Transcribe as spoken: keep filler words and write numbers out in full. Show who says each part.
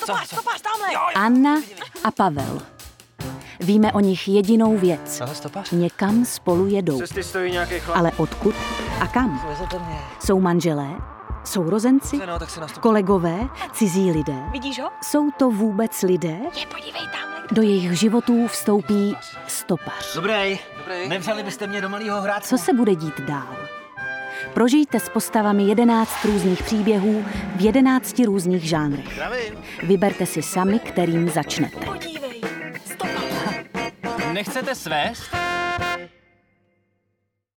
Speaker 1: stopář, stopář, tamhle!
Speaker 2: Anna a Pavel. Víme o nich jedinou věc.
Speaker 3: Ahoj, stopář.
Speaker 2: Někam spolu jedou.
Speaker 3: Cesty stojí nějaký chlap.
Speaker 2: Ale odkud a kam?
Speaker 3: Vezete mě.
Speaker 2: Jsou manželé? Sourozenci?
Speaker 3: No, tak si nastup.
Speaker 2: Kolegové? Cizí lidé?
Speaker 1: Vidíš ho?
Speaker 2: Jsou to vůbec lidé?
Speaker 1: Je, podívej tamhle.
Speaker 2: Do jejich životů vstoupí stopař.
Speaker 4: Dobrý.
Speaker 3: Dobrý.
Speaker 4: Nevzali byste mě do malého hrádku?
Speaker 2: Co se bude dít dál? Prožijte s postavami jedenáct různých příběhů v jedenácti různých žánrech.
Speaker 4: Zdravím.
Speaker 2: Vyberte si sami, kterým začnete.
Speaker 1: Podívej, stopář.
Speaker 4: Nechcete svést?